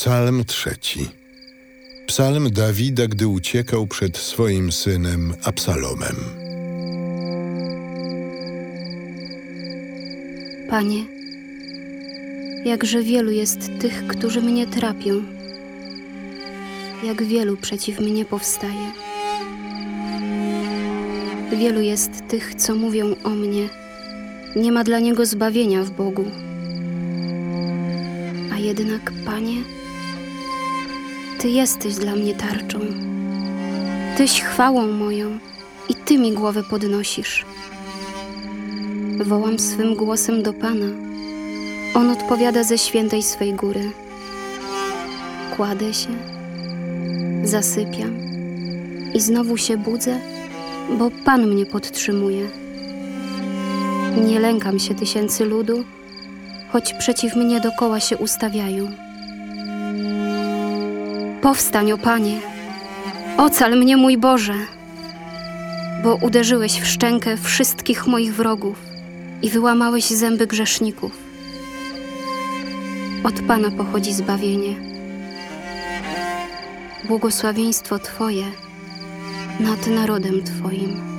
Psalm 3. Psalm Dawida, gdy uciekał przed swoim synem Absalomem. Panie, jakże wielu jest tych, którzy mnie trapią. Jak wielu przeciw mnie powstaje. Wielu jest tych, co mówią o mnie. Nie ma dla niego zbawienia w Bogu. A jednak, Panie, Ty jesteś dla mnie tarczą. Tyś chwałą moją i Ty mi głowę podnosisz. Wołam swym głosem do Pana. On odpowiada ze świętej swej góry. Kładę się, zasypiam i znowu się budzę, bo Pan mnie podtrzymuje. Nie lękam się tysięcy ludu, choć przeciw mnie dokoła się ustawiają. Powstań, o Panie, ocal mnie, mój Boże, bo uderzyłeś w szczękę wszystkich moich wrogów i wyłamałeś zęby grzeszników. Od Pana pochodzi zbawienie. Błogosławieństwo Twoje nad narodem Twoim.